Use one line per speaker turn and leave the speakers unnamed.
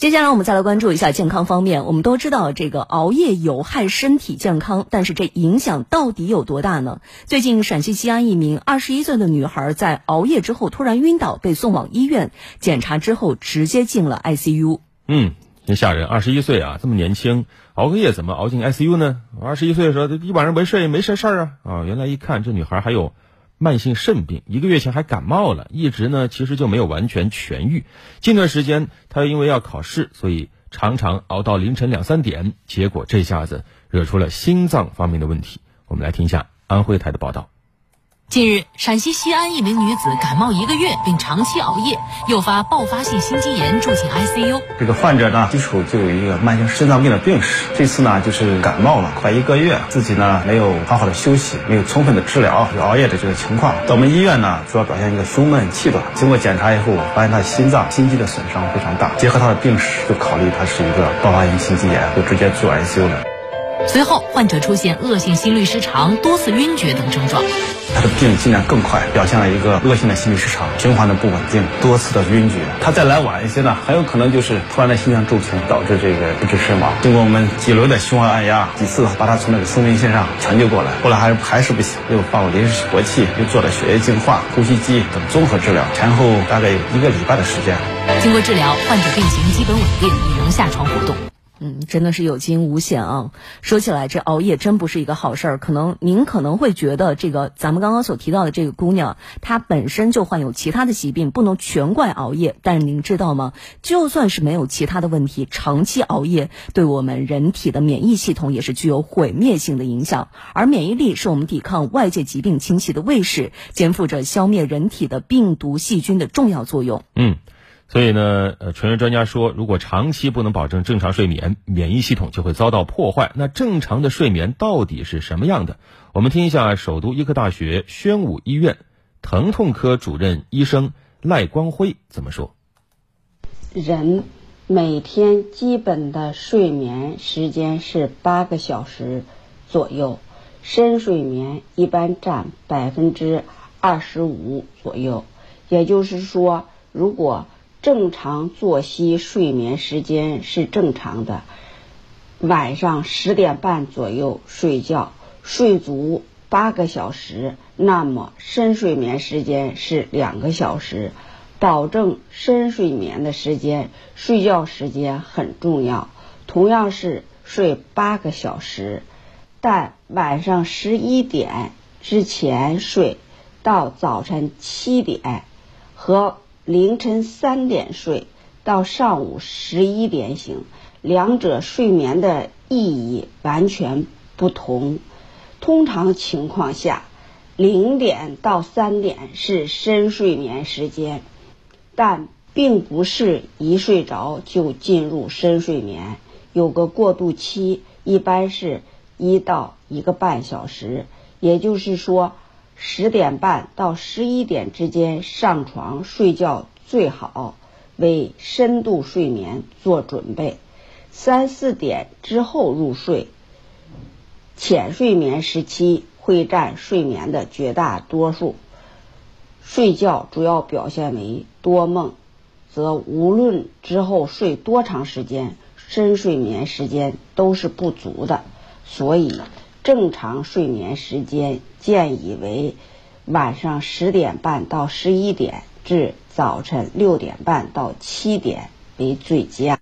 接下来我们再来关注一下健康方面。我们都知道这个熬夜有害身体健康，但是这影响到底有多大呢？最近陕西西安一名21岁的女孩在熬夜之后突然晕倒，被送往医院检查之后直接进了 ICU。
真吓人，21岁啊，这么年轻，熬个夜怎么熬进 ICU 呢？21岁的时候一晚上没睡，没事啊。原来一看这女孩还有慢性肾病，1个月前还感冒了，一直呢其实就没有完全痊愈。近段时间她因为要考试，所以常常熬到凌晨2、3点，结果这下子惹出了心脏方面的问题。我们来听一下安徽台的报道。
近日，陕西西安一名女子感冒1个月，并长期熬夜，诱发爆发性心肌炎，住进 ICU。
这个患者呢，基础就有一个慢性肾脏病的病史。这次呢，就是感冒了，快1个月，自己呢没有好好的休息，没有充分的治疗，有熬夜的这个情况。到我们医院呢，主要表现一个胸闷气短。经过检查以后，发现他心脏心肌的损伤非常大，结合他的病史，就考虑他是一个爆发性心肌炎，就直接住 ICU 了。
随后，患者出现恶性心律失常、多次晕厥等症状。
他的病进展更快，表现了一个恶性的心律失常，循环的不稳定，多次的晕厥。他再来晚一些呢，很有可能就是突然的心脏骤停，导致这个不治身亡。经过我们几轮的胸外按压，几次把他从那个生命线上抢救过来，后来还是不行，又放了临时活气，又做了血液净化、呼吸机等综合治疗，前后大概有1个礼拜的时间。
经过治疗，患者病情基本稳定，已能下床活动。
真的是有惊无险啊！说起来，这熬夜真不是一个好事儿。您可能会觉得，这个咱们刚刚所提到的这个姑娘，她本身就患有其他的疾病，不能全怪熬夜。但是您知道吗？就算是没有其他的问题，长期熬夜对我们人体的免疫系统也是具有毁灭性的影响。而免疫力是我们抵抗外界疾病侵袭的卫士，肩负着消灭人体的病毒细菌的重要作用。
所以呢，权威专家说，如果长期不能保证正常睡眠，免疫系统就会遭到破坏。那正常的睡眠到底是什么样的？我们听一下首都医科大学宣武医院疼痛科主任医生赖光辉怎么说。
人每天基本的睡眠时间是8个小时左右，深睡眠一般占25%左右。也就是说，如果正常作息睡眠时间是正常的，晚上10点半左右睡觉，睡足8个小时，那么深睡眠时间是2个小时。保证深睡眠的时间，睡觉时间很重要。同样是睡8个小时，但晚上11点之前睡到早晨7点和凌晨3点睡到上午11点醒，两者睡眠的意义完全不同。通常情况下，0点到3点是深睡眠时间，但并不是一睡着就进入深睡眠，有个过渡期，一般是1到1个半小时。也就是说，10点半到11点之间上床睡觉最好，为深度睡眠做准备。3、4点之后入睡，浅睡眠时期会占睡眠的绝大多数。睡觉主要表现为多梦，则无论之后睡多长时间，深睡眠时间都是不足的。所以正常睡眠时间建议为晚上10点半到11点至早晨6点半到7点为最佳。